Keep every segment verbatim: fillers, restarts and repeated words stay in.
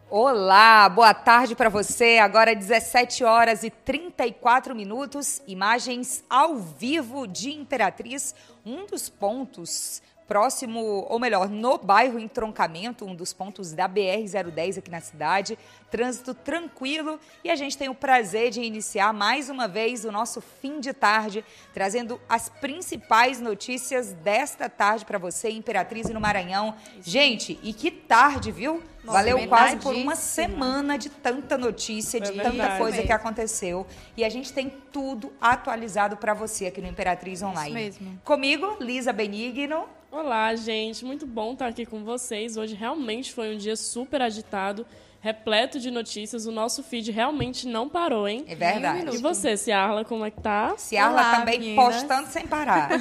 Olá, boa tarde para você. Agora dezessete horas e trinta e quatro minutos. Imagens ao vivo de Imperatriz, um dos pontos próximo, ou melhor, no bairro Entroncamento, um dos pontos da B R zero dez aqui na cidade. Trânsito tranquilo e a gente tem o prazer de iniciar mais uma vez o nosso fim de tarde, trazendo as principais notícias desta tarde para você, Imperatriz e no Maranhão. Gente, e que tarde, viu? Nossa, valeu quase por uma semana de tanta notícia, de é tanta coisa mesmo que aconteceu. E a gente tem tudo atualizado para você aqui no Imperatriz Online. Isso mesmo. Comigo, Lisa Benigno. Olá, gente. Muito bom estar aqui com vocês. Hoje realmente foi um dia super agitado, repleto de notícias. O nosso feed realmente não parou, hein? É verdade. E você, Ciarla, como é que tá? Ciarla Olá, também meninas. Postando sem parar.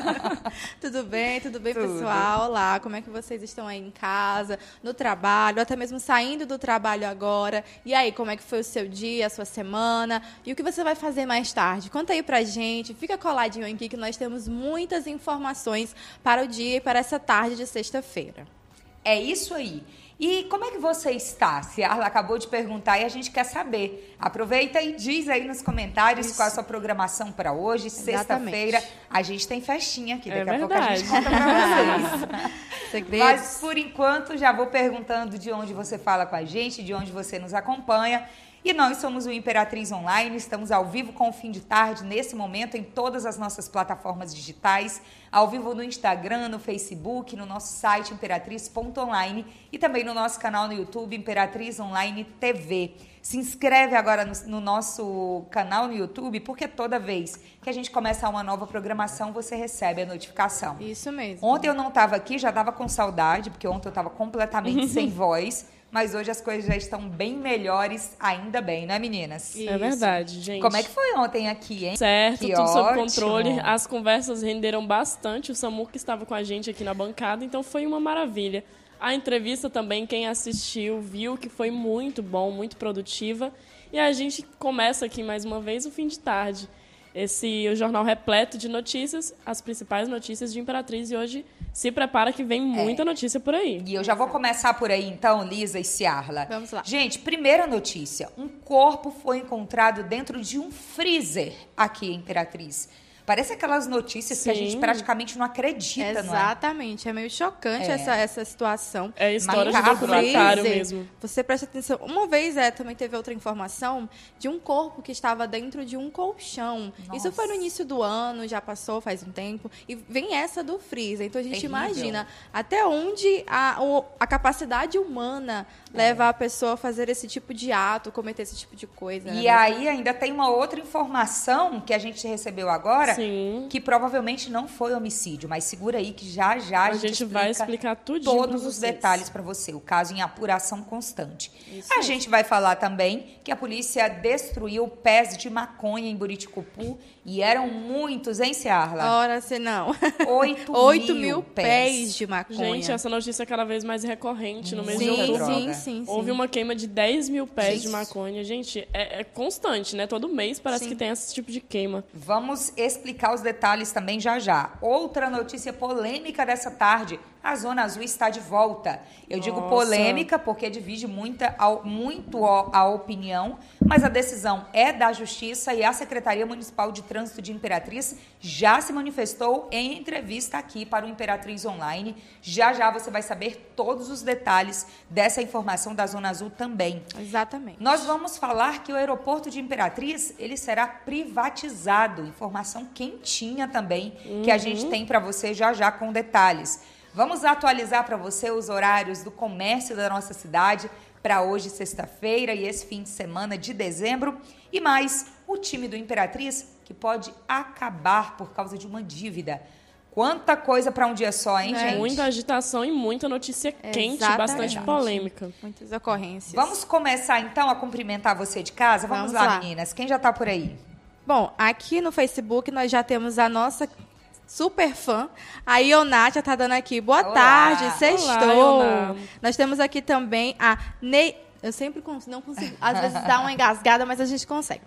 Tudo bem, tudo bem, Tudo. pessoal? Olá, como é que vocês estão aí em casa, no trabalho, até mesmo saindo do trabalho agora? E aí, como é que foi o seu dia, a sua semana? E o que você vai fazer mais tarde? Conta aí pra gente, fica coladinho aqui que nós temos muitas informações para o dia e para essa tarde de sexta-feira. É isso aí. E como é que você está? Ciarla acabou de perguntar e a gente quer saber. Aproveita e diz aí nos comentários Isso. qual é a sua programação para hoje, sexta-feira. A gente tem festinha aqui, daqui é a pouco a gente conta para vocês. Mas, por enquanto, já vou perguntando de onde você fala com a gente, de onde você nos acompanha. E nós somos o Imperatriz Online, estamos ao vivo com o fim de tarde, nesse momento, em todas as nossas plataformas digitais, ao vivo no Instagram, no Facebook, no nosso site imperatriz ponto online e também no nosso canal no YouTube, Imperatriz Online T V. Se inscreve agora no, no nosso canal no YouTube, porque toda vez que a gente começar uma nova programação, você recebe a notificação. Isso mesmo. Ontem eu não estava aqui, já estava com saudade, porque ontem eu estava completamente sem voz. Mas hoje as coisas já estão bem melhores, ainda bem, né, meninas? Isso. É verdade, gente. Como é que foi ontem aqui, hein? Certo, que tudo ótimo. sob controle. As conversas renderam bastante. O Samu que estava com a gente aqui na bancada, então foi uma maravilha. A entrevista também, quem assistiu, viu que foi muito bom, muito produtiva. E a gente começa aqui mais uma vez o fim de tarde. Esse o jornal repleto de notícias, as principais notícias de Imperatriz. E hoje se prepara que vem muita é. notícia por aí. E eu já vou começar por aí, então, Lisa e Ciarla. Vamos lá. Gente, primeira notícia. Um corpo foi encontrado dentro de um freezer aqui em Imperatriz. Parece aquelas notícias Sim. que a gente praticamente não acredita, não é? Exatamente. É meio chocante É. essa, essa situação. É história de Macabro. documentário Freezer, mesmo. Você presta atenção. Uma vez é, também teve outra informação de um corpo que estava dentro de um colchão. Nossa. Isso foi no início do ano, já passou faz um tempo. E vem essa do freezer. Então a gente Terrível. imagina até onde a, o- a capacidade humana leva a pessoa a fazer esse tipo de ato, cometer esse tipo de coisa. E né? aí ainda tem uma outra informação que a gente recebeu agora, Sim. que provavelmente não foi homicídio, mas segura aí que já já a, A gente, gente vai explica explicar tudinho todos pra os vocês. detalhes para você, o caso em apuração constante. Isso a mesmo. gente vai falar também que a polícia destruiu pés de maconha em Buriticupu e eram muitos, hein, Ciarla? Ora, se não. Oito, Oito mil, mil pés. pés de maconha. Gente, essa notícia é cada vez mais recorrente no mês de sim, outubro. sim, droga. sim, sim. Houve uma queima de dez mil pés Gente. de maconha. Gente, é, é constante, né? Todo mês parece Sim. que tem esse tipo de queima. Vamos explicar os detalhes também já já. Outra notícia polêmica dessa tarde. A Zona Azul está de volta. Eu digo Nossa. polêmica porque divide muita, ao- muito a, a opinião, mas a decisão é da Justiça e a Secretaria Municipal de Trânsito de Imperatriz já se manifestou em entrevista aqui para o Imperatriz Online. Já já você vai saber todos os detalhes dessa informação da Zona Azul também. Exatamente. Nós vamos falar que o aeroporto de Imperatriz, ele será privatizado. Informação quentinha também, que a gente tem para você já já com detalhes. Vamos atualizar para você os horários do comércio da nossa cidade para hoje, sexta-feira, e esse fim de semana de dezembro. E mais, o time do Imperatriz, que pode acabar por causa de uma dívida. Quanta coisa para um dia só, hein, É. gente? Muita agitação e muita notícia quente, Exatamente. bastante polêmica. Muitas ocorrências. Vamos começar, então, a cumprimentar você de casa? Vamos, Vamos lá, lá. meninas. Quem já está por aí? Bom, aqui no Facebook nós já temos a nossa super fã, a Ionátia tá dando aqui. Boa Olá. tarde, Olá, sextou. Ioná. Nós temos aqui também a Ney... Eu sempre cons- não consigo, às vezes dá uma engasgada, mas a gente consegue.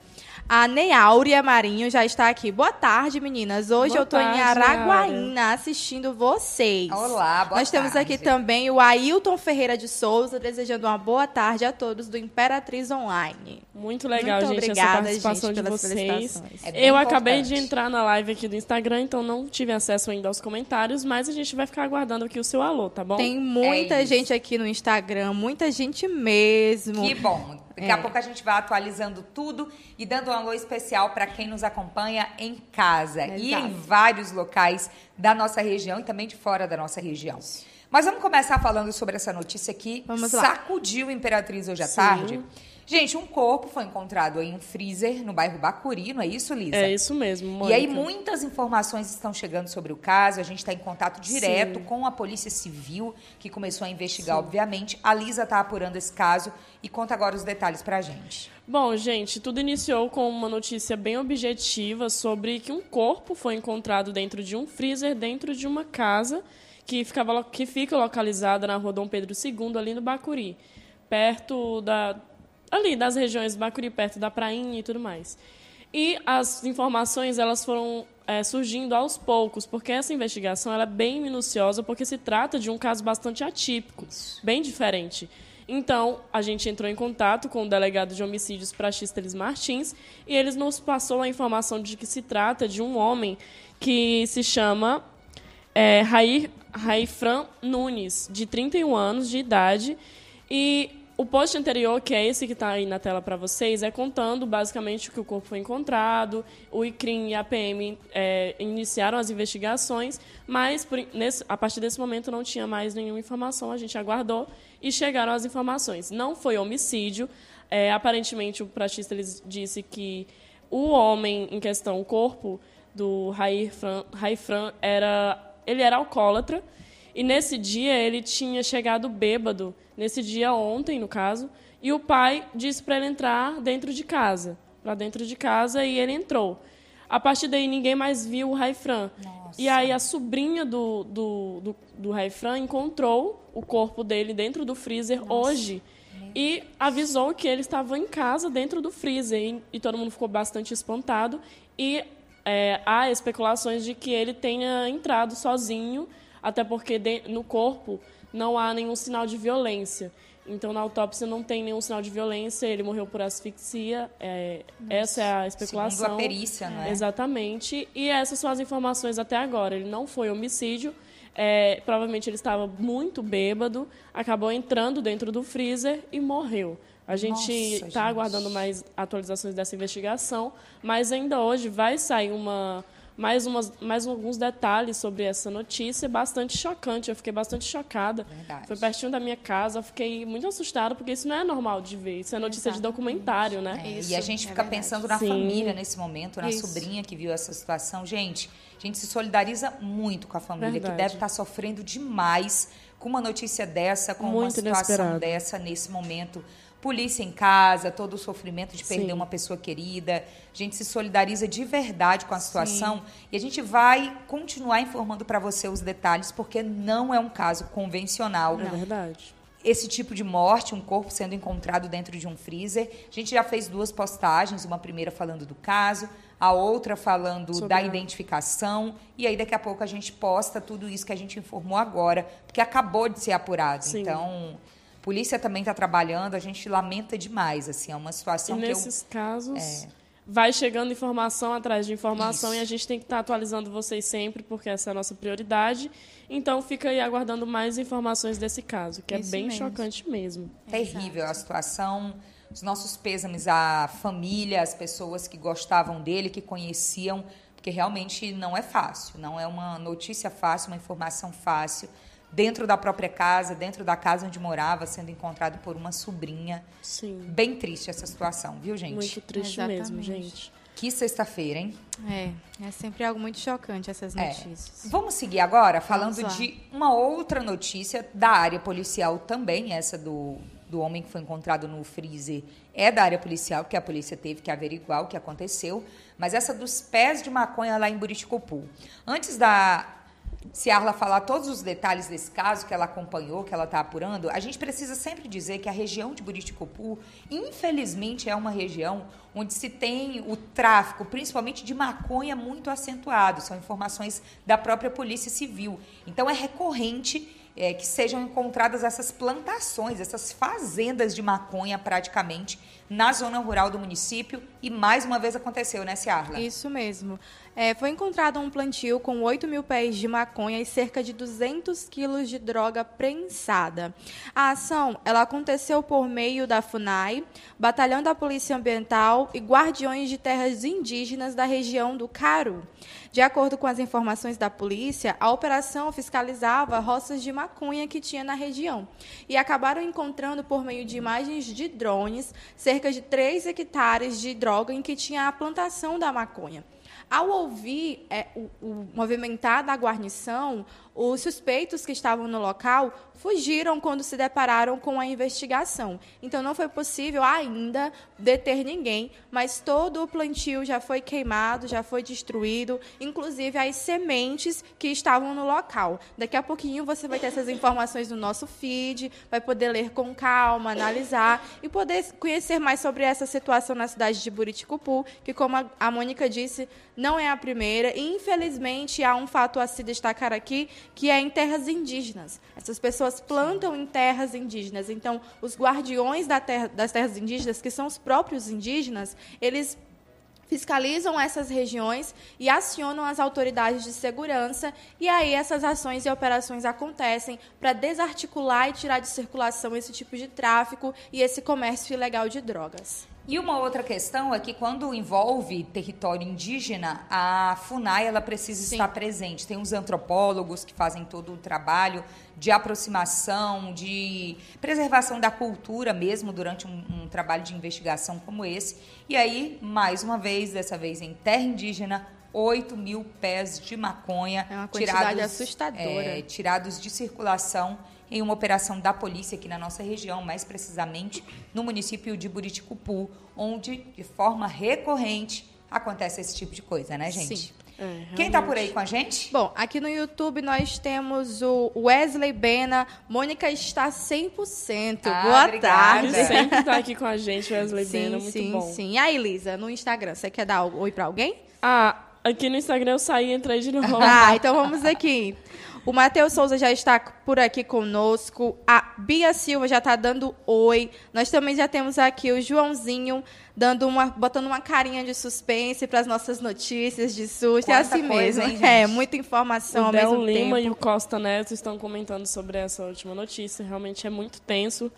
A Neáurea Marinho já está aqui. Boa tarde, meninas. Hoje Boa eu tô tarde, em Araguaína assistindo vocês. Olá, boa Nós temos tarde. aqui também o Ailton Ferreira de Souza, desejando uma boa tarde a todos do Imperatriz Online. Muito legal, Muito gente, obrigada, essa participação gente, de pelas vocês. felicitações. É bem Eu acabei importante. de entrar na live aqui do Instagram, então não tive acesso ainda aos comentários, mas a gente vai ficar aguardando aqui o seu alô, tá bom? Tem muita É isso. gente aqui no Instagram, muita gente mesmo. Que bom. Daqui É. a pouco a gente vai atualizando tudo e dando um alô especial para quem nos acompanha em casa e Exato. em vários locais da nossa região e também de fora da nossa região. Mas vamos começar falando sobre essa notícia que Vamos lá. sacudiu a Imperatriz hoje à Sim. tarde. Gente, um corpo foi encontrado em um freezer no bairro Bacuri, não é isso, Lisa? É isso mesmo, Mônica. E aí muitas informações estão chegando sobre o caso, a gente está em contato direto Sim. com a Polícia Civil, que começou a investigar, obviamente. A Lisa está apurando esse caso e conta agora os detalhes para a gente. Bom, gente, tudo iniciou com uma notícia bem objetiva sobre que um corpo foi encontrado dentro de um freezer, dentro de uma casa que, ficava, lo- que fica localizada na rua Dom Pedro segundo, ali no Bacuri, perto da... ali das regiões do Bacuri, perto da prainha e tudo mais. E as informações elas foram é, surgindo aos poucos, porque essa investigação ela é bem minuciosa, porque se trata de um caso bastante atípico, bem diferente. Então, a gente entrou em contato com o delegado de homicídios Praxísteles Martins e eles nos passou a informação de que se trata de um homem que se chama é, Rair, Raifran Nunes, de trinta e um anos de idade. E o post anterior, que é esse que está aí na tela para vocês, é contando basicamente que o corpo foi encontrado, o I C R I M e a P M é, iniciaram as investigações, mas por, nesse, a partir desse momento não tinha mais nenhuma informação, a gente aguardou e chegaram as informações. Não foi homicídio, é, aparentemente o pratista ele disse que o homem em questão, o corpo do Raifran, Raifran era, ele era alcoólatra, e nesse dia ele tinha chegado bêbado, nesse dia ontem, no caso, e o pai disse para ele entrar dentro de casa, para dentro de casa, e ele entrou. A partir daí, ninguém mais viu o Raifran. Nossa. E aí a sobrinha do, do, do, do Raifran encontrou o corpo dele dentro do freezer hoje e avisou que ele estava em casa dentro do freezer. E, e todo mundo ficou bastante espantado. E é, há especulações de que ele tenha entrado sozinho, até porque de, no corpo não há nenhum sinal de violência. Então, na autópsia não tem nenhum sinal de violência, ele morreu por asfixia. É, essa é a especulação. Segundo a perícia, não é? Exatamente. E essas são as informações até agora. Ele não foi homicídio, é, provavelmente ele estava muito bêbado, acabou entrando dentro do freezer e morreu. A gente Nossa, está gente. aguardando mais atualizações dessa investigação, mas ainda hoje vai sair uma... Mais, umas, mais alguns detalhes sobre essa notícia, bastante chocante. Eu fiquei bastante chocada. Verdade. Foi pertinho da minha casa, eu fiquei muito assustada, porque isso não é normal de ver. Isso é notícia de documentário, né? É, Isso, e a gente é fica verdade. pensando na Sim. família nesse momento, na Isso. sobrinha que viu essa situação. Gente, a gente se solidariza muito com a família, Verdade. que deve estar sofrendo demais com uma notícia dessa, com uma Muito situação inesperado. dessa nesse momento. Polícia em casa, todo o sofrimento de perder Sim. uma pessoa querida. A gente se solidariza de verdade com a situação e a gente vai continuar informando para você os detalhes, porque não é um caso convencional. É verdade. Esse tipo de morte, um corpo sendo encontrado dentro de um freezer. A gente já fez duas postagens, uma primeira falando do caso, a outra falando Sobre da a- identificação. E aí, daqui a pouco, a gente posta tudo isso que a gente informou agora, porque acabou de ser apurado. Sim. Então, a polícia também está trabalhando, a gente lamenta demais. Assim, é uma E situação que eu... nesses casos, É. vai chegando informação atrás de informação Isso. e a gente tem que estar atualizando vocês sempre, porque essa é a nossa prioridade. Então, fica aí aguardando mais informações desse caso, que Isso é bem mesmo. chocante mesmo. Terrível a situação. Os nossos pêsames à família, às pessoas que gostavam dele, que conheciam, porque realmente não é fácil, não é uma notícia fácil, uma informação fácil. Dentro da própria casa, dentro da casa onde morava, sendo encontrado por uma sobrinha. Sim. Bem triste essa situação, viu, gente? Muito triste Exatamente. mesmo, gente. Que sexta-feira, hein? É, é sempre algo muito chocante essas É. notícias. Vamos seguir agora falando Vamos lá. de uma outra notícia da área policial também, essa do, do homem que foi encontrado no freezer é da área policial, que a polícia teve que averiguar o que aconteceu, mas essa dos pés de maconha lá em Buriticupu. Antes da, Ciarla falar todos os detalhes desse caso que ela acompanhou, que ela está apurando, a gente precisa sempre dizer que a região de Buriticupu, infelizmente, é uma região onde se tem o tráfico, principalmente de maconha, muito acentuado. São informações da própria Polícia Civil. Então, é recorrente é, que sejam encontradas essas plantações, essas fazendas de maconha, praticamente, na zona rural do município. E, mais uma vez, aconteceu, né, Ciarla? Isso mesmo. É, foi encontrado um plantio com oito mil pés de maconha e cerca de duzentos quilos de droga prensada. A ação ela aconteceu por meio da FUNAI, Batalhão da Polícia Ambiental e Guardiões de Terras Indígenas da região do Caru. De acordo com as informações da polícia, a operação fiscalizava roças de maconha que tinha na região e acabaram encontrando, por meio de imagens de drones, cerca de três hectares de droga em que tinha a plantação da maconha. Ao ouvir é, o, o movimentar da guarnição, os suspeitos que estavam no local fugiram quando se depararam com a investigação. Então, não foi possível ainda deter ninguém, mas todo o plantio já foi queimado, já foi destruído, inclusive as sementes que estavam no local. Daqui a pouquinho você vai ter essas informações no nosso feed, vai poder ler com calma, analisar e poder conhecer mais sobre essa situação na cidade de Buriticupu, que, como a, a Mônica disse, não é a primeira. E, infelizmente, há um fato a se destacar aqui, que é em terras indígenas. Essas pessoas plantam em terras indígenas. Então, os guardiões da terra, das terras indígenas, que são os próprios indígenas, eles fiscalizam essas regiões e acionam as autoridades de segurança, e aí essas ações e operações acontecem para desarticular e tirar de circulação esse tipo de tráfico e esse comércio ilegal de drogas. E uma outra questão é que, quando envolve território indígena, a FUNAI ela precisa Sim. estar presente. Tem os antropólogos que fazem todo o trabalho de aproximação, de preservação da cultura mesmo, durante um, um trabalho de investigação como esse. E aí, mais uma vez, dessa vez em terra indígena, oito mil pés de maconha é uma quantidade tirados, assustadora. É, tirados de circulação em uma operação da polícia aqui na nossa região, mais precisamente no município de Buriticupu, onde, de forma recorrente, acontece esse tipo de coisa, né, gente? Sim. É, Quem está por aí com a gente? Bom, aqui no YouTube nós temos o Wesley Bena. Mônica está cem por cento. Ah, Boa obrigada. tarde. Sempre está aqui com a gente, Wesley sim, Bena, muito sim, bom. Sim, sim. E aí, Lisa, no Instagram, você quer dar oi para alguém? Ah, aqui no Instagram eu saí e entrei de novo. Ah, então vamos aqui. O Matheus Souza já está por aqui conosco. A Bia Silva já está dando oi. Nós também já temos aqui o Joãozinho dando uma, botando uma carinha de suspense para as nossas notícias de susto. Quanta é assim coisa, mesmo. Hein, é, muita informação o ao Del mesmo Lima tempo. e o Costa Neto estão comentando sobre essa última notícia. Realmente é muito tenso.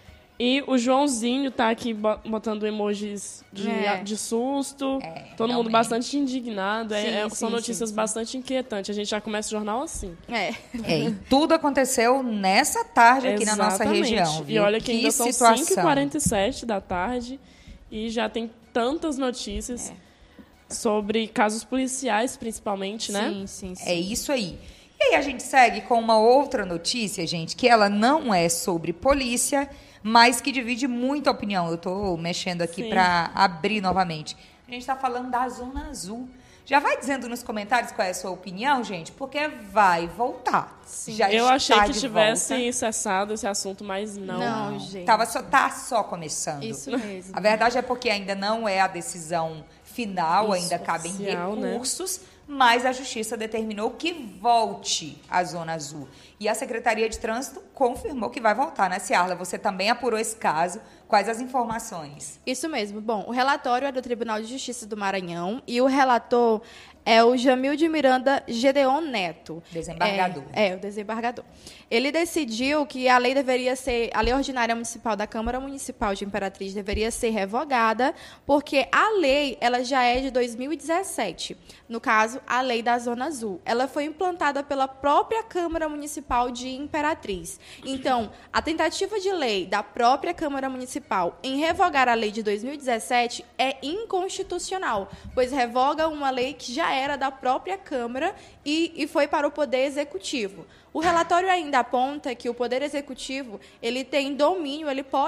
E o Joãozinho tá aqui botando emojis de, É. de susto. É, todo mundo realmente. bastante indignado. É- Sim, é- sim, são notícias sim, sim. bastante inquietantes. A gente já começa o jornal assim. É. É, e tudo aconteceu nessa tarde aqui na nossa Exatamente. região, viu? E olha que ainda são situação. cinco e quarenta e sete da tarde e já tem tantas notícias sobre casos policiais, principalmente, né? Sim, sim, sim. É isso aí. E aí a gente segue com uma outra notícia, gente, que ela não é sobre polícia, mas que divide muita opinião. Eu estou mexendo aqui Sim. para abrir novamente. A gente está falando da Zona Azul. Já vai dizendo nos comentários qual é a sua opinião, gente, porque vai voltar. Sim. Já Eu está achei que de tivesse volta. cessado esse assunto, mas não. Não, gente. Tava só, tá só começando. Isso mesmo. A verdade é porque ainda não é a decisão final, Isso, ainda cabem oficial, né? recursos, mas a Justiça determinou que volte à Zona Azul. E a Secretaria de Trânsito confirmou que vai voltar, né, Ciarla? Você também apurou esse caso. Quais as informações? Isso mesmo. Bom, o relatório é do Tribunal de Justiça do Maranhão e o relator é o Jamil de Miranda Gedeon Neto. Desembargador. É, é, o desembargador. Ele decidiu que a lei deveria ser, a lei ordinária municipal da Câmara Municipal de Imperatriz deveria ser revogada, porque a lei, ela já é de dois mil e dezessete. No caso, a lei da Zona Azul. Ela foi implantada pela própria Câmara Municipal de Imperatriz. Então, a tentativa de lei da própria Câmara Municipal em revogar a lei de dois mil e dezessete é inconstitucional, pois revoga uma lei que já era da própria Câmara e, e foi para o Poder Executivo. O relatório ainda aponta que o Poder Executivo ele tem domínio, ele pode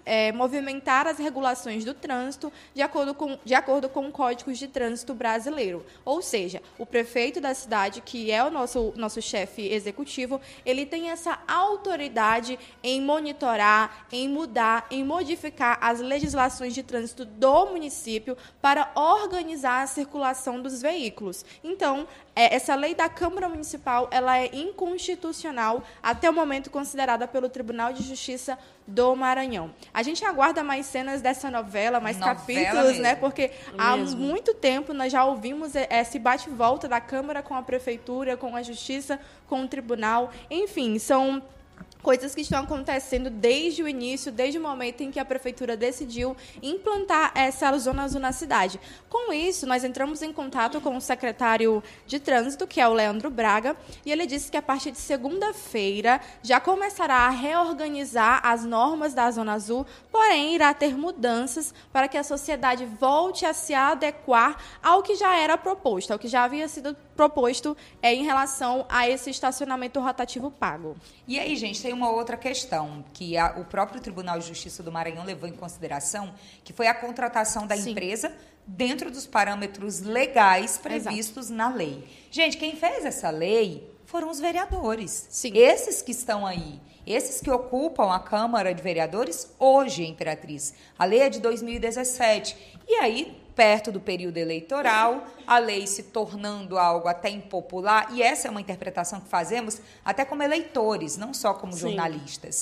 é, movimentar as regulações do trânsito de acordo com, de acordo com o Código de Trânsito Brasileiro. Ou seja, o prefeito da cidade, que é o nosso, nosso chefe executivo, ele tem essa autoridade em monitorar, em mudar, em modificar as legislações de trânsito do município para organizar a circulação dos veículos. Então, é, essa lei da Câmara Municipal ela é inconstitucional até o momento considerada pelo Tribunal de Justiça do Maranhão. A gente aguarda mais cenas dessa novela, mais novela capítulos, mesmo. né? Porque há mesmo. muito tempo nós já ouvimos esse bate-volta da Câmara com a Prefeitura, com a Justiça, com o Tribunal. Enfim, são coisas que estão acontecendo desde o início, desde o momento em que a Prefeitura decidiu implantar essa Zona Azul na cidade. Com isso, nós entramos em contato com o secretário de Trânsito, que é o Leandro Braga, e ele disse que a partir de segunda-feira já começará a reorganizar as normas da Zona Azul, porém irá ter mudanças para que a sociedade volte a se adequar ao que já era proposto, ao que já havia sido proposto é, em relação a esse estacionamento rotativo pago. E aí, gente, tem uma outra questão que a, o próprio Tribunal de Justiça do Maranhão levou em consideração, que foi a contratação da Sim. empresa dentro dos parâmetros legais previstos Exato. na lei. Gente, quem fez essa lei foram os vereadores. Sim. Esses que estão aí, esses que ocupam a Câmara de Vereadores hoje, Imperatriz. A lei é de dois mil e dezessete. E aí, perto do período eleitoral, a lei se tornando algo até impopular, e essa é uma interpretação que fazemos até como eleitores, não só como Sim. jornalistas.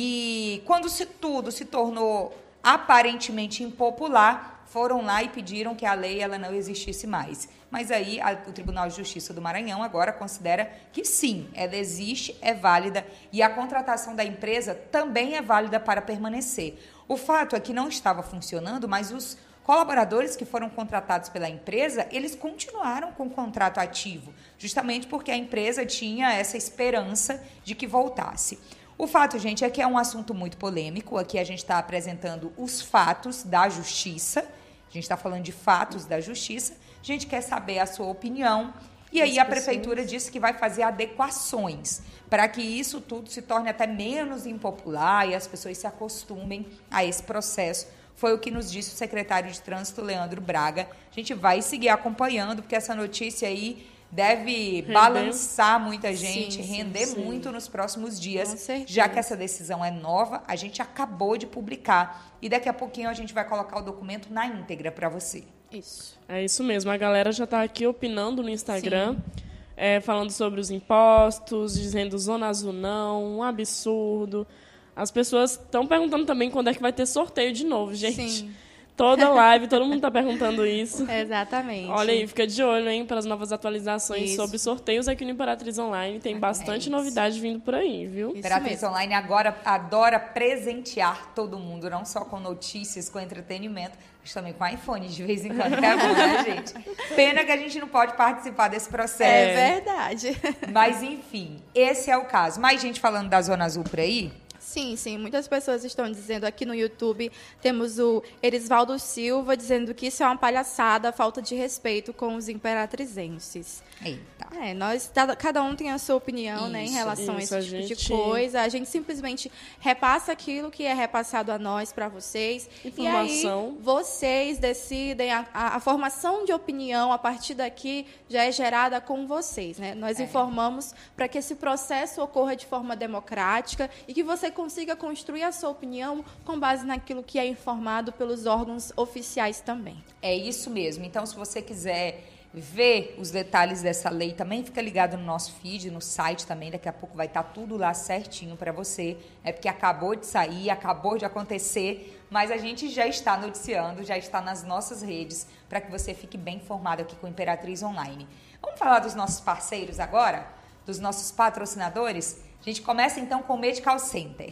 E quando se, tudo se tornou aparentemente impopular, foram lá e pediram que a lei ela não existisse mais. Mas aí a, o Tribunal de Justiça do Maranhão agora considera que sim, ela existe, é válida, e a contratação da empresa também é válida para permanecer. O fato é que não estava funcionando, mas os colaboradores que foram contratados pela empresa, eles continuaram com o contrato ativo, justamente porque a empresa tinha essa esperança de que voltasse. O fato, gente, é que é um assunto muito polêmico. Aqui a gente está apresentando os fatos da justiça, a gente está falando de fatos da justiça, a gente quer saber a sua opinião, e aí a prefeitura disse que vai fazer adequações para que isso tudo se torne até menos impopular e as pessoas se acostumem a esse processo. Foi o que nos disse o secretário de Trânsito, Leandro Braga. A gente vai seguir acompanhando, porque essa notícia aí deve render. balançar muita gente, sim, render sim, sim. muito nos próximos dias, já que essa decisão é nova, a gente acabou de publicar e daqui a pouquinho a gente vai colocar o documento na íntegra para você. Isso. É isso mesmo, a galera já está aqui opinando no Instagram, é, falando sobre os impostos, dizendo Zona Azul não, um absurdo. As pessoas estão perguntando também quando é que vai ter sorteio de novo, gente. Sim. Toda live, todo mundo está perguntando isso. Exatamente. Olha aí, fica de olho, hein, para as novas atualizações isso. sobre sorteios aqui no Imperatriz Online. Tem bastante é novidade vindo por aí, viu? Isso Imperatriz mesmo. Online agora adora presentear todo mundo, não só com notícias, com entretenimento, mas também com iPhone de vez em quando, é bom, né, gente? Pena que a gente não pode participar desse processo. É verdade. Mas, enfim, esse é o caso. Mais gente falando da Zona Azul por aí? Sim, sim. Muitas pessoas estão dizendo aqui no YouTube, temos o Erisvaldo Silva dizendo que isso é uma palhaçada, falta de respeito com os imperatrizenses. Eita. É, nós, cada um tem a sua opinião, isso, né, em relação isso, a esse a tipo gente... de coisa. A gente simplesmente repassa aquilo que é repassado a nós, para vocês. Informação. E aí, vocês decidem, a, a, a formação de opinião, a partir daqui, já é gerada com vocês, né? Nós é. informamos para que esse processo ocorra de forma democrática e que você consiga construir a sua opinião com base naquilo que é informado pelos órgãos oficiais também. É isso mesmo. Então, se você quiser ver os detalhes dessa lei, também fica ligado no nosso feed, no site também, daqui a pouco vai estar tudo lá certinho para você, é porque acabou de sair, acabou de acontecer, mas a gente já está noticiando, já está nas nossas redes, para que você fique bem informado aqui com o Imperatriz Online. Vamos falar dos nossos parceiros agora? Dos nossos patrocinadores? A gente começa então com o Medical Center.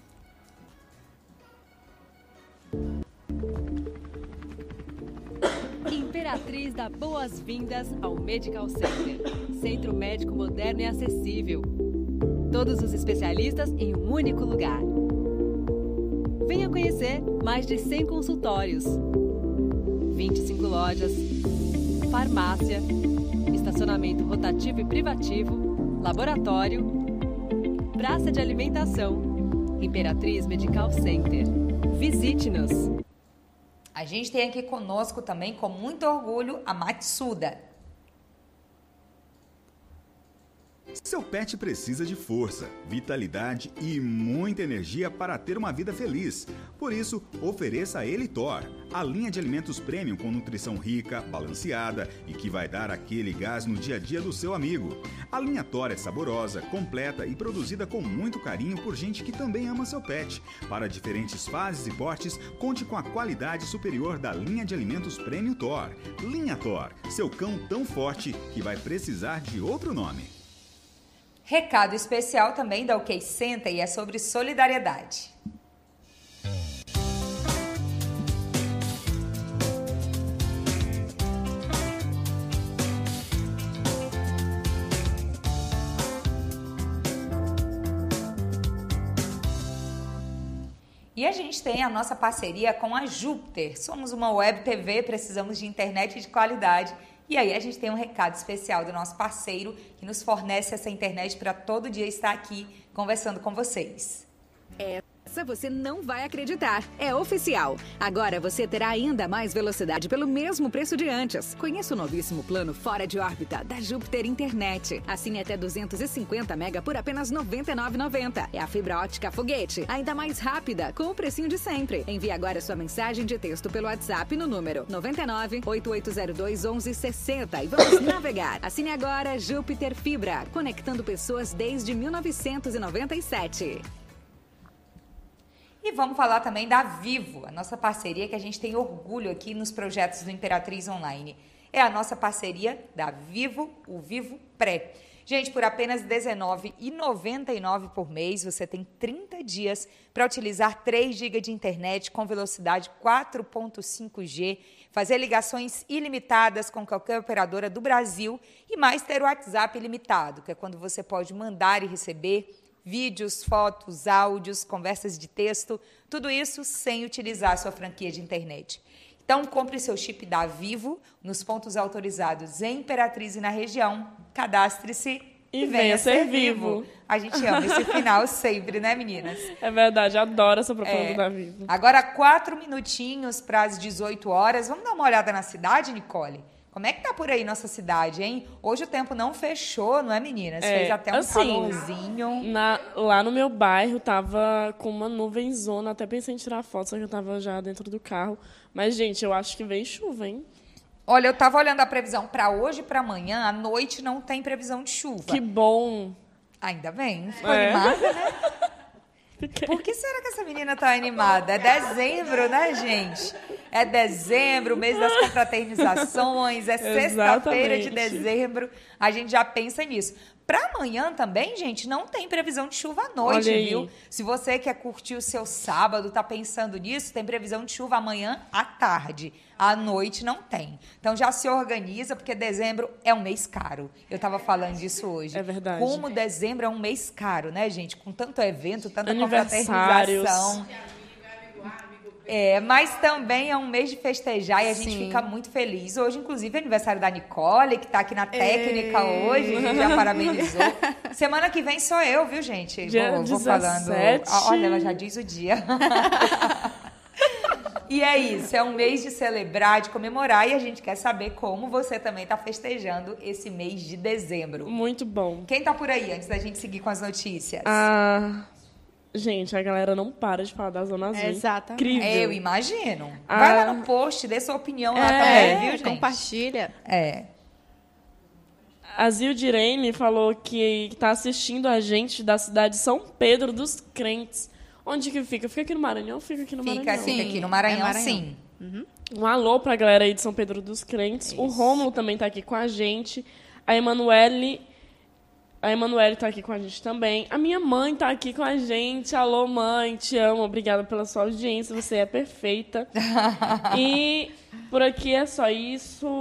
Imperatriz dá boas-vindas ao Medical Center, centro médico moderno e acessível. Todos os especialistas em um único lugar. Venha conhecer mais de cem consultórios, vinte e cinco lojas, farmácia, estacionamento rotativo e privativo, laboratório, praça de alimentação. Imperatriz Medical Center. Visite-nos. A gente tem aqui conosco também, com muito orgulho, a Matsuda. Seu pet precisa de força, vitalidade e muita energia para ter uma vida feliz. Por isso, ofereça a ele Thor, a linha de alimentos premium com nutrição rica, balanceada e que vai dar aquele gás no dia a dia do seu amigo. A linha Thor é saborosa, completa e produzida com muito carinho por gente que também ama seu pet. Para diferentes fases e portes, conte com a qualidade superior da linha de alimentos premium Thor. Linha Thor, seu cão tão forte que vai precisar de outro nome. Recado especial também da OK Center e é sobre solidariedade. E a gente tem a nossa parceria com a Júpiter. Somos uma web T V, precisamos de internet de qualidade. E aí a gente tem um recado especial do nosso parceiro que nos fornece essa internet para todo dia estar aqui conversando com vocês. Essa você não vai acreditar. É oficial. Agora você terá ainda mais velocidade pelo mesmo preço de antes. Conheça o novíssimo plano Fora de Órbita da Júpiter Internet. Assine até duzentos e cinquenta mega por apenas noventa e nove reais e noventa centavos. É a fibra ótica foguete, ainda mais rápida, com o precinho de sempre. Envie agora sua mensagem de texto pelo WhatsApp no número nove nove, oito oito zero dois, onze sessenta e vamos navegar. Assine agora Júpiter Fibra, conectando pessoas desde mil novecentos e noventa e sete. E vamos falar também da Vivo, a nossa parceria que a gente tem orgulho aqui nos projetos do Imperatriz Online. É a nossa parceria da Vivo, o Vivo Pré. Gente, por apenas dezenove reais e noventa e nove centavos por mês, você tem trinta dias para utilizar três gigas de internet com velocidade quatro ponto cinco G, fazer ligações ilimitadas com qualquer operadora do Brasil e mais ter o WhatsApp ilimitado, que é quando você pode mandar e receber vídeos, fotos, áudios, conversas de texto, tudo isso sem utilizar a sua franquia de internet. Então, compre seu chip da Vivo nos pontos autorizados em Imperatriz e na região, cadastre-se e, e venha ser vivo. A gente ama esse final sempre, né, meninas? É verdade, adoro essa propaganda é. da Vivo. Agora, quatro minutinhos para as dezoito horas. Vamos dar uma olhada na cidade, Nicole? Como é que tá por aí nossa cidade, hein? Hoje o tempo não fechou, não é, meninas? É, Fez até um assim, calorzinho. Na, lá no meu bairro tava com uma nuvenzona, até pensei em tirar foto, só que eu tava já dentro do carro. Mas, gente, eu acho que vem chuva, hein? Olha, eu tava olhando a previsão para hoje e para amanhã, à noite não tem previsão de chuva. Que bom! Ainda bem, ficou É. animada, né? Por que será que essa menina tá animada? É dezembro, né, gente? É dezembro, mês das confraternizações, é sexta-feira de Exatamente. dezembro. A gente já pensa nisso. Para amanhã também, gente, não tem previsão de chuva à noite, Olha aí. viu? Se você quer curtir o seu sábado, tá pensando nisso, tem previsão de chuva amanhã à tarde. À noite não tem. Então já se organiza, porque dezembro é um mês caro. Eu tava falando disso hoje. É verdade. Como dezembro é um mês caro, né, gente? Com tanto evento, tanta Aniversários. confraternização. É, mas também é um mês de festejar e a gente Sim. fica muito feliz. Hoje, inclusive, é aniversário da Nicole, que tá aqui na técnica hoje, a gente já parabenizou. Semana que vem sou eu, viu, gente? Dia vou, vou falando. dezessete. Olha, ela já diz o dia. E é isso, é um mês de celebrar, de comemorar, e a gente quer saber como você também tá festejando esse mês de dezembro. Muito bom. Quem tá por aí, antes da gente seguir com as notícias? Ah, gente, a galera não para de falar da Zona Azul. Exatamente. Incrível. É, eu imagino. Ah. Vai lá no post, dê sua opinião lá É, também, viu, gente? Compartilha. É. A Zildirene falou que está assistindo a gente da cidade de São Pedro dos Crentes. Onde que fica? Fica aqui no Maranhão? Fica aqui no Fica, Maranhão. fica Sim, aqui no Maranhão, é Maranhão. sim. Um alô pra galera aí de São Pedro dos Crentes. O Rômulo também tá aqui com a gente. A Emanuele... A Emanuele tá aqui com a gente também. A minha mãe tá aqui com a gente. Alô, mãe, te amo. Obrigada pela sua audiência. Você é perfeita. E por aqui é só isso.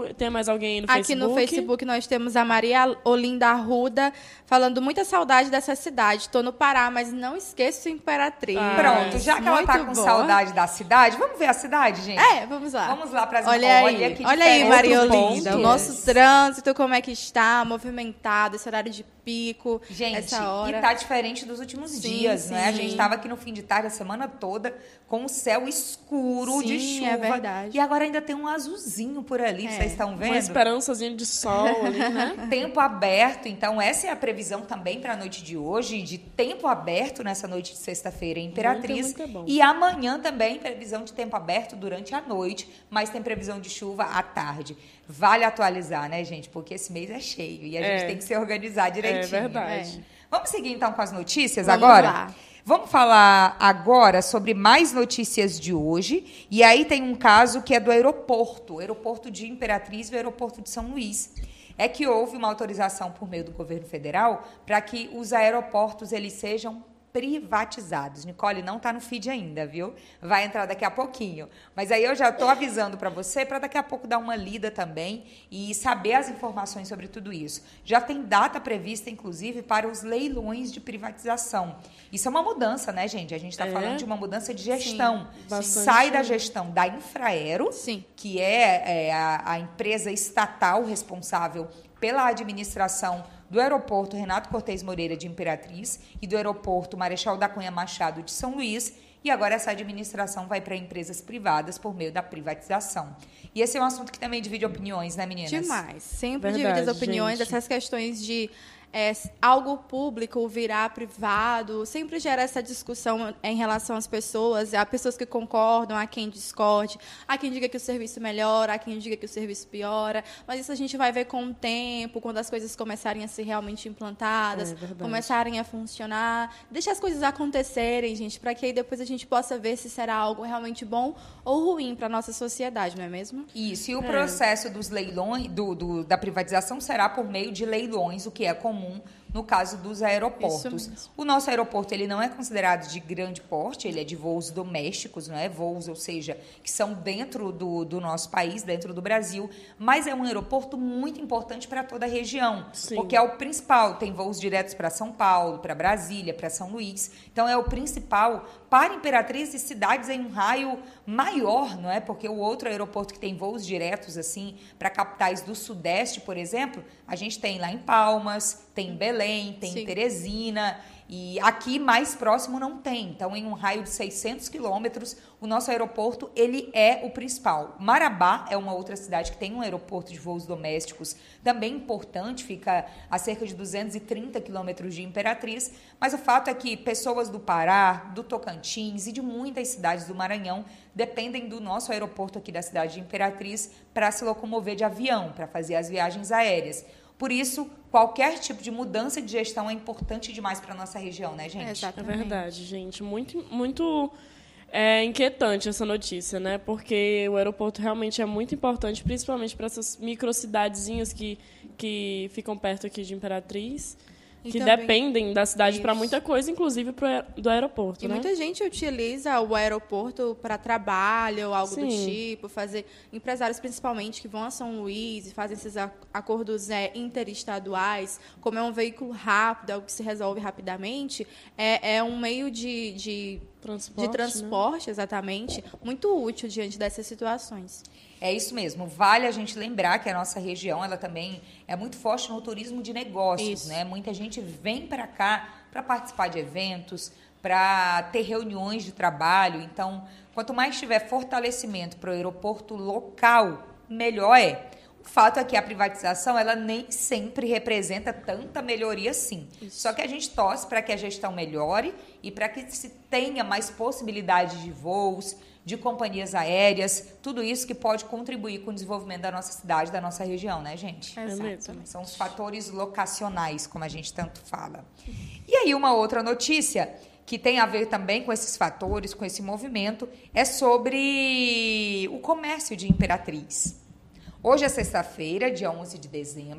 Tem mais alguém aí no Aqui Facebook? no Facebook nós temos a Maria Olinda Arruda falando muita saudade dessa cidade. Estou no Pará, mas não esqueço Imperatriz. Ah, Pronto, já que ela tá Muito com bom. saudade da cidade, vamos ver a cidade, gente? É, vamos lá. Vamos lá para as Olha aí, que olha aí, diferente. Maria Outros Olinda. O pontos. nosso trânsito, como é que está? Movimentado, esse horário de pico, Gente, essa hora. e tá diferente dos últimos Sim, dias, sim. né? A gente tava aqui no fim de tarde, a semana toda, com o céu escuro de Sim, chuva. é verdade. E agora ainda tem um azulzinho por ali, É, vocês estão Uma vendo? esperançazinha de sol ali, né? Tempo aberto, então essa é a previsão também para a noite de hoje, de tempo aberto nessa noite de sexta-feira em Imperatriz. Muito, muito bom. E amanhã também previsão de tempo aberto durante a noite, mas tem previsão de chuva à tarde. Vale atualizar, né, gente? Porque esse mês é cheio e a É. gente tem que se organizar direitinho. É verdade. né? Vamos seguir então com as notícias Vamos agora? lá. Vamos falar agora sobre mais notícias de hoje. E aí tem um caso que é do aeroporto, o aeroporto de Imperatriz e o aeroporto de São Luís. É que houve uma autorização por meio do governo federal para que os aeroportos eles sejam privatizados. Nicole, não está no feed ainda, viu? Vai entrar daqui a pouquinho. Mas aí eu já estou avisando para você, para daqui a pouco dar uma lida também e saber as informações sobre tudo isso. Já tem data prevista, inclusive, para os leilões de privatização. Isso é uma mudança, né, gente? A gente está É? falando de uma mudança de gestão. bastante. Sai da gestão da Infraero, Sim. que é, é a, a empresa estatal responsável pela administração do aeroporto Renato Cortez Moreira de Imperatriz e do aeroporto Marechal da Cunha Machado de São Luís, e agora essa administração vai para empresas privadas por meio da privatização. E esse é um assunto que também divide opiniões, né, meninas? Demais. Sempre Verdade, divide as opiniões, gente. essas questões de é, algo público virar privado, sempre gera essa discussão em relação às pessoas, há pessoas que concordam, há quem discorde, há quem diga que o serviço melhora, há quem diga que o serviço piora, mas isso a gente vai ver com o tempo, quando as coisas começarem a ser realmente implantadas, É verdade. começarem a funcionar. Deixa as coisas acontecerem, gente, para que aí depois a gente possa ver se será algo realmente bom ou ruim para a nossa sociedade, não é mesmo? Isso, e É. o processo dos leilões, do, do- da privatização será por meio de leilões, o que é comum no caso dos aeroportos. Isso mesmo. O nosso aeroporto ele não é considerado de grande porte, ele é de voos domésticos, não é? Voos, ou seja, que são dentro do, do nosso país, dentro do Brasil, mas é um aeroporto muito importante para toda a região, Sim. porque é o principal, tem voos diretos para São Paulo, para Brasília, para São Luís, então é o principal para Imperatriz e cidades em um raio maior, não é? Porque o outro aeroporto que tem voos diretos assim para capitais do Sudeste, por exemplo, a gente tem lá em Palmas, tem em Belém, tem Sim. em Teresina, e aqui mais próximo não tem. Então, em um raio de seiscentos quilômetros, o nosso aeroporto ele é o principal. Marabá é uma outra cidade que tem um aeroporto de voos domésticos também importante, fica a cerca de duzentos e trinta quilômetros de Imperatriz, mas o fato é que pessoas do Pará, do Tocantins e de muitas cidades do Maranhão dependem do nosso aeroporto aqui da cidade de Imperatriz para se locomover de avião, para fazer as viagens aéreas. Por isso, qualquer tipo de mudança de gestão é importante demais para a nossa região, né, gente? É Exatamente. verdade, gente. Muito, muito é, inquietante essa notícia, né? Porque o aeroporto realmente é muito importante, principalmente para essas microcidadezinhas que, que ficam perto aqui de Imperatriz, E que também- dependem da cidade para Isso. muita coisa, inclusive pro, aer- do aeroporto, E né? muita gente utiliza o aeroporto para trabalho ou algo do Sim. tipo, fazer empresários principalmente que vão a São Luís e fazem esses a- acordos é, interestaduais, como é um veículo rápido, algo que se resolve rapidamente, é, é um meio de, de, Transporte, de né? transporte, exatamente, muito útil diante dessas situações. É isso mesmo. Vale a gente lembrar que a nossa região ela também é muito forte no turismo de negócios, Isso. né? Muita gente vem para cá para participar de eventos, para ter reuniões de trabalho. Então, quanto mais tiver fortalecimento para o aeroporto local, melhor é. O fato é que a privatização ela nem sempre representa tanta melhoria assim. Só que a gente torce para que a gestão melhore e para que se tenha mais possibilidade de voos, de companhias aéreas, tudo isso que pode contribuir com o desenvolvimento da nossa cidade, da nossa região, né, gente? mesmo. São os fatores locacionais, como a gente tanto fala. E aí, uma outra notícia que tem a ver também com esses fatores, com esse movimento, é sobre o comércio de Imperatriz. Hoje é sexta-feira, dia onze de dezembro,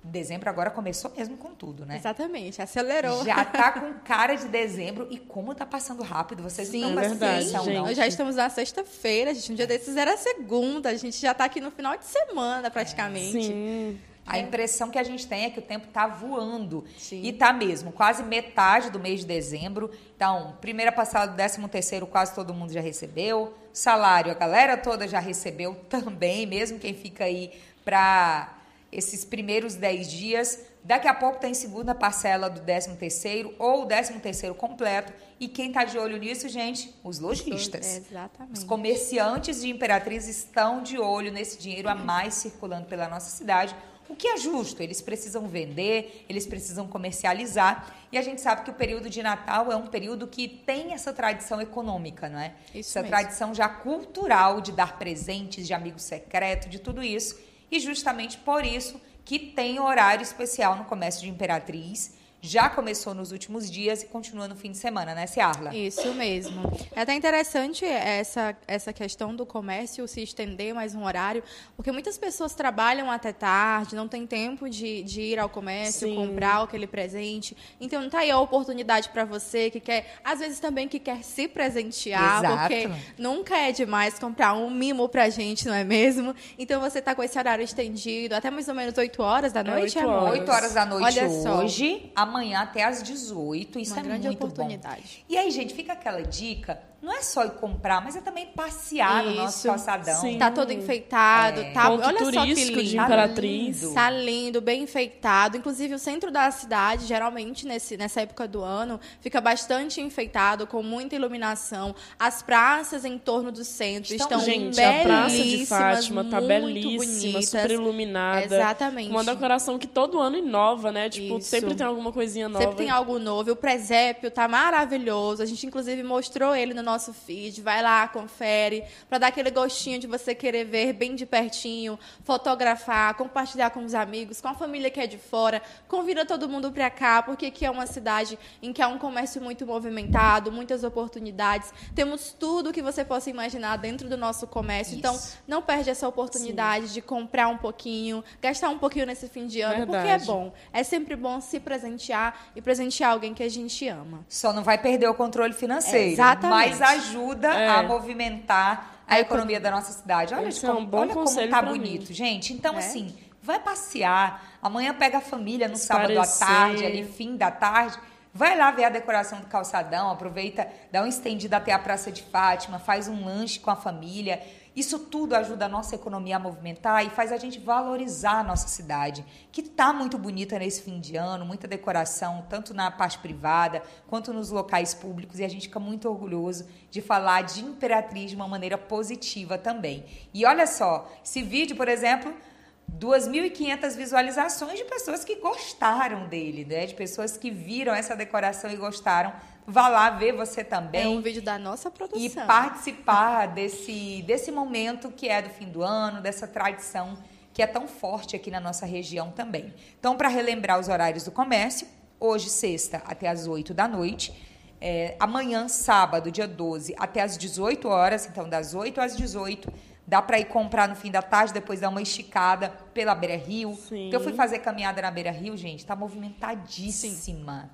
Dezembro agora começou mesmo com tudo, né? Exatamente, acelerou. Já tá com cara de dezembro e como tá passando rápido, vocês Sim, não é têm verdade, noção, gente. não. Nós já estamos na sexta-feira, gente. Um dia desses era segunda. A gente já tá aqui no final de semana, praticamente. Sim. A impressão que a gente tem é que o tempo tá voando. Sim. E tá mesmo, quase metade do mês de dezembro. Então, primeira passada do décimo terceiro, quase todo mundo já recebeu. Salário, a galera toda já recebeu também, mesmo quem fica aí para esses primeiros dez dias. Daqui a pouco tem segunda parcela do décimo terceiro ou o décimo terceiro completo. E quem está de olho nisso, gente? Os lojistas. É, exatamente. Os comerciantes de Imperatriz estão de olho nesse dinheiro a mais circulando pela nossa cidade. O que é justo, eles precisam vender, eles precisam comercializar. E a gente sabe que o período de Natal é um período que tem essa tradição econômica, não é? Isso essa mesmo. tradição já cultural de dar presentes, de amigo secreto, de tudo isso. E justamente por isso que tem horário especial no comércio de Imperatriz. Já começou nos últimos dias e continua no fim de semana, né, Ciarla? Isso mesmo. É até interessante essa, essa questão do comércio se estender mais um horário, porque muitas pessoas trabalham até tarde, não tem tempo de, de ir ao comércio, Sim. comprar aquele presente. Então, tá aí a oportunidade para você que quer, às vezes também que quer se presentear, Exato. porque nunca é demais comprar um mimo pra gente, não é mesmo? Então, você tá com esse horário estendido até mais ou menos oito horas da noite, oito amor? horas. oito horas da noite Olha só. hoje, amanhã até às dezoito. Isso Uma é grande muito oportunidade. bom. E aí, gente, fica aquela dica, não é só ir comprar, mas é também passear no nosso Isso. calçadão. Sim. Tá todo enfeitado, É. tá? Ponto Olha só que turístico lindo. de Tá Imperatriz. lindo. Tá lindo, bem enfeitado. Inclusive, o centro da cidade, geralmente, nesse, nessa época do ano, fica bastante enfeitado, com muita iluminação. As praças em torno do centro Estão- estão, Gente, a Praça de belíssimas, Fátima tá muito belíssima, bonitas. super iluminada. Exatamente. Com uma decoração que todo ano inova, né? Tipo, Isso. sempre tem alguma coisinha nova. Sempre tem algo novo. O presépio tá maravilhoso. A gente, inclusive, mostrou ele no nosso feed. Vai lá, confere, para dar aquele gostinho de você querer ver bem de pertinho, fotografar, compartilhar com os amigos, com a família que é de fora. Convida todo mundo para cá, porque aqui é uma cidade em que há um comércio muito movimentado, muitas oportunidades. Temos tudo que você possa imaginar dentro do nosso comércio. Isso. Então, não perde essa oportunidade de comprar um pouquinho, gastar um pouquinho nesse fim de ano, porque é Verdade. bom. É sempre bom se presentear e presentear alguém que a gente ama. Só não vai perder o controle financeiro, Exatamente. mas ajuda É. a movimentar a A economia da nossa cidade. Olha, Esse é como, um bom olha como conselho tá pra bonito, mim. gente. Então, É. assim, vai passear. Amanhã pega a família no sábado à Esparecer. tarde, ali, fim da tarde. Vai lá ver a decoração do calçadão, aproveita, dá uma estendida até a Praça de Fátima, faz um lanche com a família. Isso tudo ajuda a nossa economia a movimentar e faz a gente valorizar a nossa cidade, que está muito bonita nesse fim de ano, muita decoração, tanto na parte privada quanto nos locais públicos, e a gente fica muito orgulhoso de falar de Imperatriz de uma maneira positiva também. E olha só, esse vídeo, por exemplo, duas mil e quinhentas visualizações de pessoas que gostaram dele, né? De pessoas que viram essa decoração e gostaram. Vá lá ver você também. É um vídeo da nossa E produção. participar desse, desse momento que é do fim do ano, dessa tradição que é tão forte aqui na nossa região também. Então, para relembrar os horários do comércio, hoje, sexta, até às oito da noite. É, amanhã, sábado, dia doze, até às dezoito horas. Então, das oito às dezoito. Dá para ir comprar no fim da tarde, depois dar uma esticada pela Beira Rio. Sim. Então, eu fui fazer caminhada na Beira Rio, gente, tá movimentadíssima.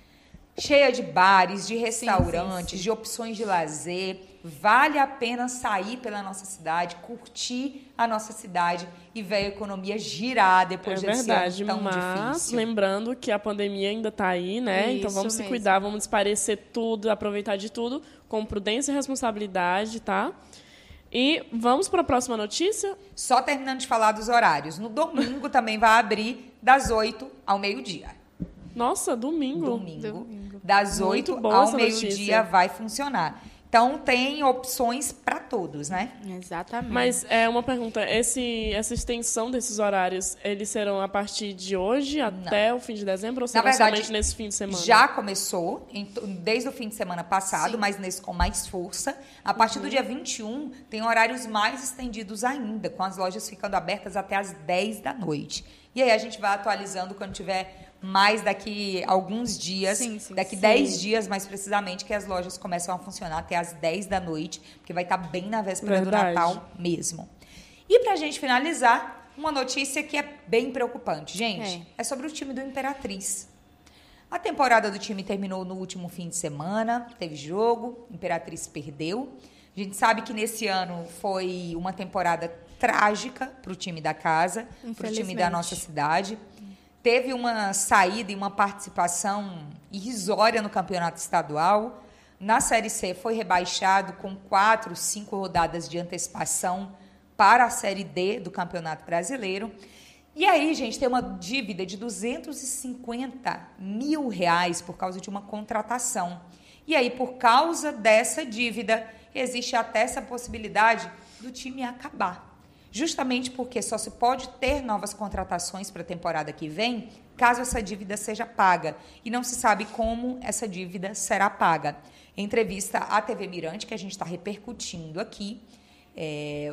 Cheia de bares, de restaurantes, sim, sim. de opções de lazer. Vale a pena sair pela nossa cidade, curtir a nossa cidade e ver a economia girar depois É desse verdade, ano tão mas difícil. lembrando que a pandemia ainda está aí, né? Então Isso vamos se mesmo. cuidar, vamos esparecer tudo, aproveitar de tudo com prudência e responsabilidade, tá? E vamos para a próxima notícia? Só terminando de falar dos horários. No domingo também vai abrir das oito ao meio-dia. Nossa, domingo. Domingo. Domingo. Das Muito oito boa ao essa meio-dia notícia. vai funcionar. Então, tem opções para todos, né? Exatamente. Mas é uma pergunta, esse, essa extensão desses horários, eles serão a partir de hoje até o fim de dezembro ou serão verdade, somente nesse fim de semana? Já começou, em to- desde o fim de semana passado, Sim. mas nesse com mais força. A partir do dia vinte e um, tem horários mais estendidos ainda, com as lojas ficando abertas até as dez da noite. E aí a gente vai atualizando quando tiver mais daqui alguns dias, Sim, sim, daqui sim. dez dias mais precisamente, que as lojas começam a funcionar até as dez da noite, porque vai estar bem na véspera Verdade. do Natal mesmo. E pra gente finalizar, uma notícia que é bem preocupante. Gente, é, é sobre o time do Imperatriz. A temporada do time terminou no último fim de semana, teve jogo, Imperatriz perdeu. A gente sabe que nesse ano foi uma temporada trágica para o time da casa, para o time da nossa cidade. Teve uma saída e uma participação irrisória no campeonato estadual. Na Série C foi rebaixado com quatro, cinco rodadas de antecipação para a Série D do Campeonato Brasileiro. E aí, gente, tem uma dívida de duzentos e cinquenta mil reais por causa de uma contratação. E aí, por causa dessa dívida, existe até essa possibilidade do time acabar. Justamente porque só se pode ter novas contratações para a temporada que vem, caso essa dívida seja paga. E não se sabe como essa dívida será paga. Em entrevista à T V Mirante, que a gente está repercutindo aqui, é,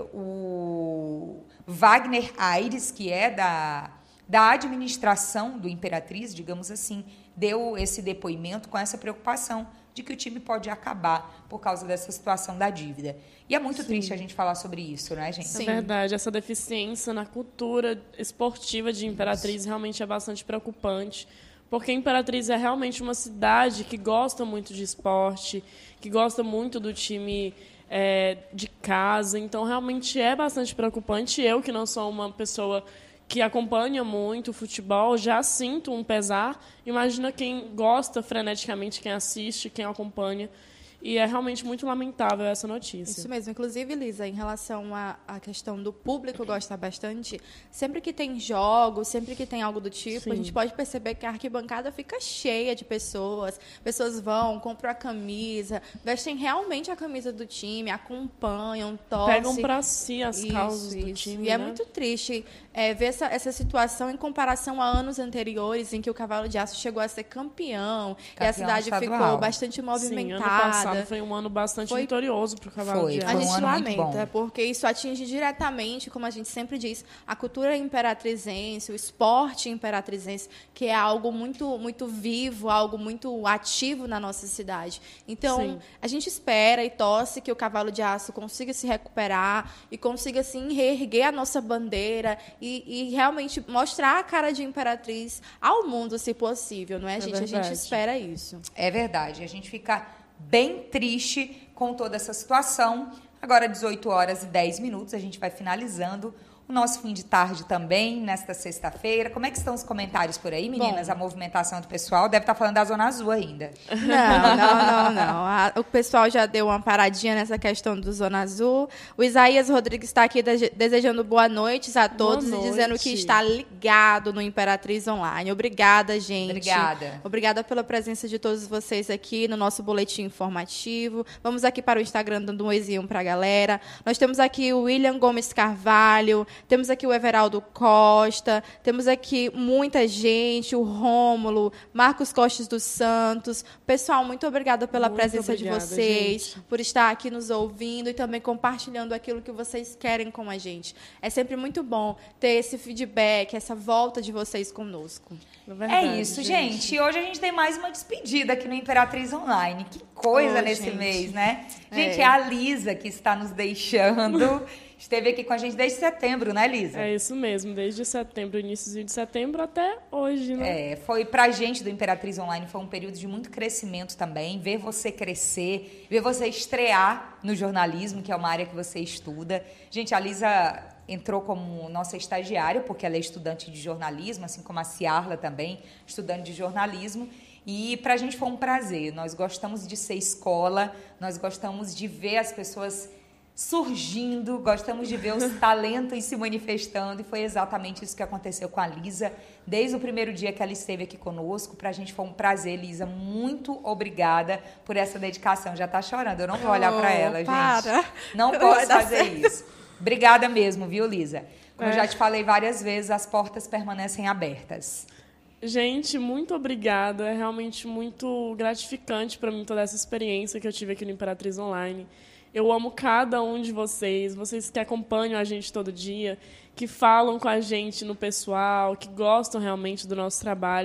o Wagner Aires, que é da, da administração do Imperatriz, digamos assim, deu esse depoimento com essa preocupação de que o time pode acabar por causa dessa situação da dívida. E é muito Sim. triste a gente falar sobre isso, né, gente? Sim. É verdade. Essa deficiência na cultura esportiva de Imperatriz isso. realmente é bastante preocupante, porque Imperatriz é realmente uma cidade que gosta muito de esporte, que gosta muito do time é, de casa, então realmente é bastante preocupante. Eu, que não sou uma pessoa que acompanha muito o futebol, já sinto um pesar. Imagina quem gosta freneticamente, quem assiste, quem acompanha. E é realmente muito lamentável essa notícia. Isso mesmo. Inclusive, Lisa, em relação à, à questão do público gostar bastante, sempre que tem jogos, sempre que tem algo do tipo, Sim. a gente pode perceber que a arquibancada fica cheia de pessoas. Pessoas vão, compram a camisa, vestem realmente a camisa do time, acompanham, torcem. Pegam para si as isso, causas do isso. time. E né? é muito triste é, ver essa, essa situação em comparação a anos anteriores, em que o Cavalo de Aço chegou a ser campeão, campeão e a cidade estadual. Ficou bastante movimentada. Sim, ano passado foi um ano bastante foi, vitorioso para o Cavalo foi, de Aço. Foi a gente um ano lamenta, muito bom. Porque isso atinge diretamente, como a gente sempre diz, a cultura imperatrizense, o esporte imperatrizense, que é algo muito, muito vivo, algo muito ativo na nossa cidade. Então, Sim. a gente espera e torce que o Cavalo de Aço consiga se recuperar e consiga, assim, reerguer a nossa bandeira e, e realmente mostrar a cara de Imperatriz ao mundo, se possível, não é, é gente? Verdade. A gente espera isso. É verdade. A gente fica bem triste com toda essa situação. Agora, dezoito horas e dez minutos, a gente vai finalizando o nosso fim de tarde também, nesta sexta-feira. Como é que estão os comentários por aí, meninas? Bom, a movimentação do pessoal deve estar falando da Zona Azul ainda. Não, não, não, não. A, o pessoal já deu uma paradinha nessa questão do Zona Azul. O Isaías Rodrigues está aqui de, desejando boa noite a todos e dizendo que está ligado no Imperatriz Online. Obrigada, gente. Obrigada. Obrigada pela presença de todos vocês aqui no nosso boletim informativo. Vamos aqui para o Instagram dando um oizinho para a galera. Nós temos aqui o William Gomes Carvalho, temos aqui o Everaldo Costa, temos aqui muita gente, o Rômulo, Marcos Costas dos Santos. Pessoal, muito obrigada pela muito presença obrigada, de vocês, gente. Por estar aqui nos ouvindo e também compartilhando aquilo que vocês querem com a gente. É sempre muito bom ter esse feedback, essa volta de vocês conosco. Verdade, é isso, gente. gente. Hoje a gente tem mais uma despedida aqui no Imperatriz Online. Que coisa oh, nesse gente. mês, né? Gente, é. é a Lisa que está nos deixando... Esteve aqui com a gente desde setembro, né, Lisa? É isso mesmo, desde setembro, início de setembro até hoje, né? É, foi pra gente do Imperatriz Online, foi um período de muito crescimento também, ver você crescer, ver você estrear no jornalismo, que é uma área que você estuda. Gente, a Lisa entrou como nossa estagiária, porque ela é estudante de jornalismo, assim como a Ciarla também, estudante de jornalismo. E pra gente foi um prazer, nós gostamos de ser escola, nós gostamos de ver as pessoas surgindo, gostamos de ver os talentos se manifestando, e foi exatamente isso que aconteceu com a Lisa, desde o primeiro dia que ela esteve aqui conosco. Pra gente foi um prazer, Lisa, muito obrigada por essa dedicação. Já tá chorando, eu não vou olhar pra ela, gente. Para. Não posso fazer isso. Obrigada mesmo, viu, Lisa? Como é. eu já te falei várias vezes, as portas permanecem abertas. Gente, muito obrigada. É realmente muito gratificante para mim toda essa experiência que eu tive aqui no Imperatriz Online. Eu amo cada um de vocês, vocês que acompanham a gente todo dia, que falam com a gente no pessoal, que gostam realmente do nosso trabalho.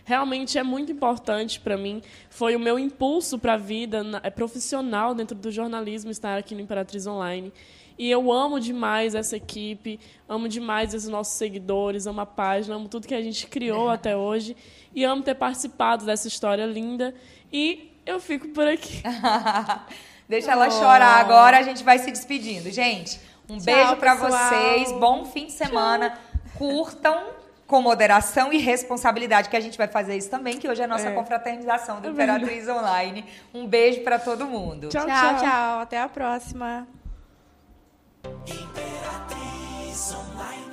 realmente é muito importante para mim. Foi o meu impulso para a vida é profissional dentro do jornalismo estar aqui no Imperatriz Online. E eu amo demais essa equipe, amo demais esses nossos seguidores, amo a página, amo tudo que a gente criou é. até hoje. E amo ter participado dessa história linda. E eu fico por aqui. Deixa ela chorar agora, a gente vai se despedindo. Gente, um Tchau, beijo para vocês, bom fim de semana. Tchau. Curtam com moderação e responsabilidade, que a gente vai fazer isso também, que hoje é a nossa é. confraternização do é Imperatriz Online. Um beijo para todo mundo. Tchau, tchau, tchau. Até a próxima. Imperatriz Online.